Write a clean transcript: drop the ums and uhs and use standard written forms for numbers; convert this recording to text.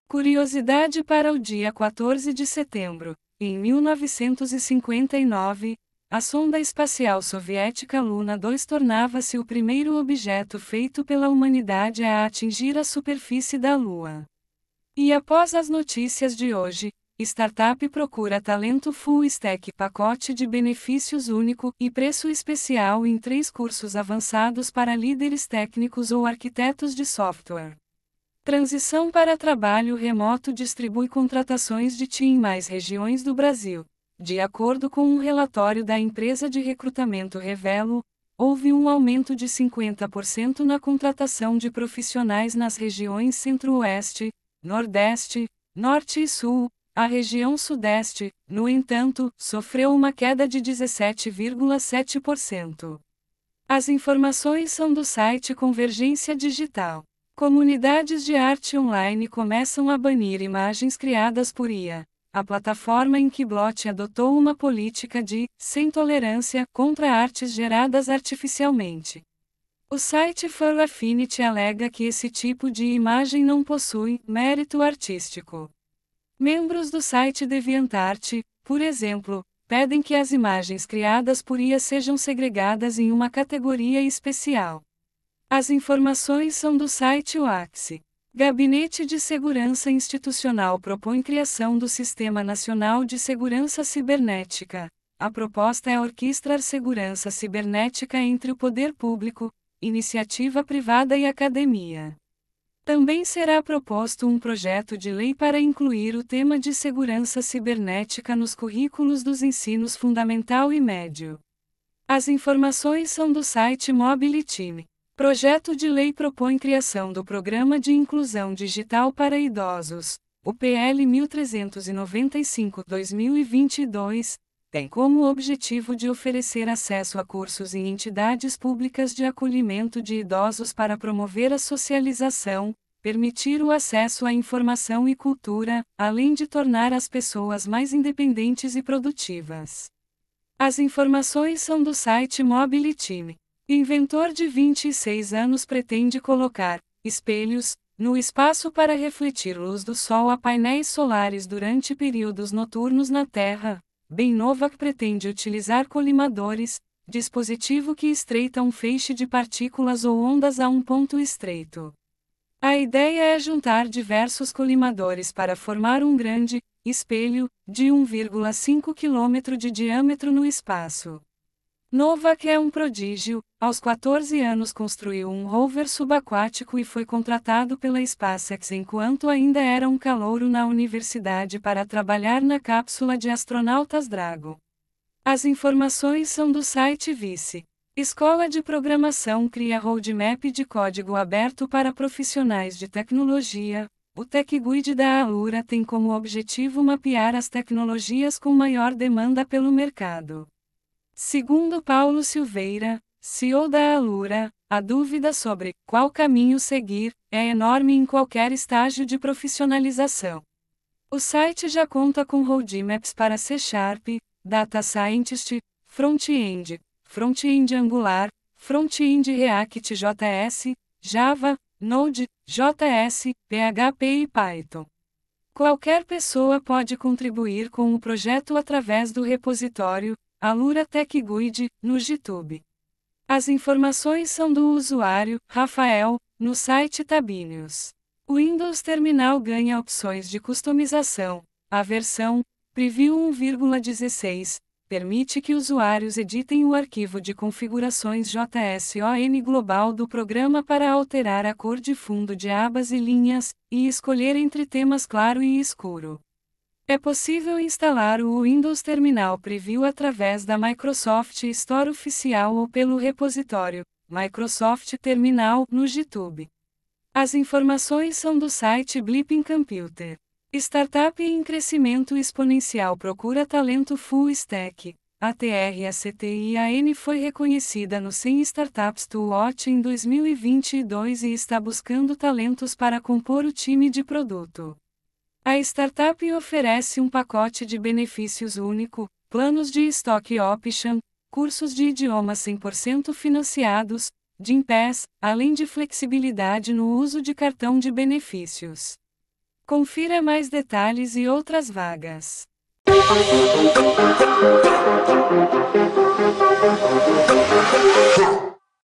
Curiosidade para o dia 14 de setembro. Em 1959, a sonda espacial soviética Luna 2 tornava-se o primeiro objeto feito pela humanidade a atingir a superfície da Lua. E após as notícias de hoje, startup procura talento full stack, pacote de benefícios único e preço especial em 3 cursos avançados para líderes técnicos ou arquitetos de software. Transição para trabalho remoto distribui contratações de TI em mais regiões do Brasil. De acordo com um relatório da empresa de recrutamento Revelo, houve um aumento de 50% na contratação de profissionais nas regiões Centro-Oeste, Nordeste, Norte e Sul. A região Sudeste, no entanto, sofreu uma queda de 17,7%. As informações são do site Convergência Digital. Comunidades de arte online começam a banir imagens criadas por IA. A plataforma Inkblot adotou uma política de sem tolerância contra artes geradas artificialmente. O site Fur Affinity alega que esse tipo de imagem não possui mérito artístico. Membros do site DeviantArt, por exemplo, pedem que as imagens criadas por IA sejam segregadas em uma categoria especial. As informações são do site Waxi. Gabinete de Segurança Institucional propõe criação do Sistema Nacional de Segurança Cibernética. A proposta é orquestrar segurança cibernética entre o poder público, iniciativa privada e academia. Também será proposto um projeto de lei para incluir o tema de segurança cibernética nos currículos dos ensinos fundamental e médio. As informações são do site Mobility. Projeto de lei propõe criação do Programa de Inclusão Digital para Idosos. O PL 1395/2022 tem como objetivo de oferecer acesso a cursos em entidades públicas de acolhimento de idosos para promover a socialização, permitir o acesso à informação e cultura, além de tornar as pessoas mais independentes e produtivas. As informações são do site Mobility. Inventor de 26 anos pretende colocar espelhos no espaço para refletir luz do sol a painéis solares durante períodos noturnos na Terra. Benovac pretende utilizar colimadores, dispositivo que estreita um feixe de partículas ou ondas a um ponto estreito. A ideia é juntar diversos colimadores para formar um grande espelho de 1,5 km de diâmetro no espaço. Novak é um prodígio. Aos 14 anos construiu um rover subaquático e foi contratado pela SpaceX enquanto ainda era um calouro na universidade para trabalhar na cápsula de astronautas Drago. As informações são do site Vice. Escola de Programação cria roadmap de código aberto para profissionais de tecnologia. O TechGuide da Alura tem como objetivo mapear as tecnologias com maior demanda pelo mercado. Segundo Paulo Silveira, CEO da Alura, a dúvida sobre qual caminho seguir é enorme em qualquer estágio de profissionalização. O site já conta com roadmaps para C#, Data Scientist, Front-End, Front-End Angular, Front-End React JS, Java, Node, JS, PHP e Python. Qualquer pessoa pode contribuir com o projeto através do repositório Alura TechGuide, no GitHub. As informações são do usuário, Rafael, no site Tabinius. O Windows Terminal ganha opções de customização. A versão Preview 1,16 permite que usuários editem o arquivo de configurações JSON global do programa para alterar a cor de fundo de abas e linhas, e escolher entre temas claro e escuro. É possível instalar o Windows Terminal Preview através da Microsoft Store oficial ou pelo repositório Microsoft Terminal no GitHub. As informações são do site Blipping Computer. Startup em crescimento exponencial procura talento full stack. A TRACTIAN foi reconhecida no 100 Startups to Watch em 2022 e está buscando talentos para compor o time de produto. A startup oferece um pacote de benefícios único, planos de stock option, cursos de idiomas 100% financiados, Gympass, além de flexibilidade no uso de cartão de benefícios. Confira mais detalhes e outras vagas.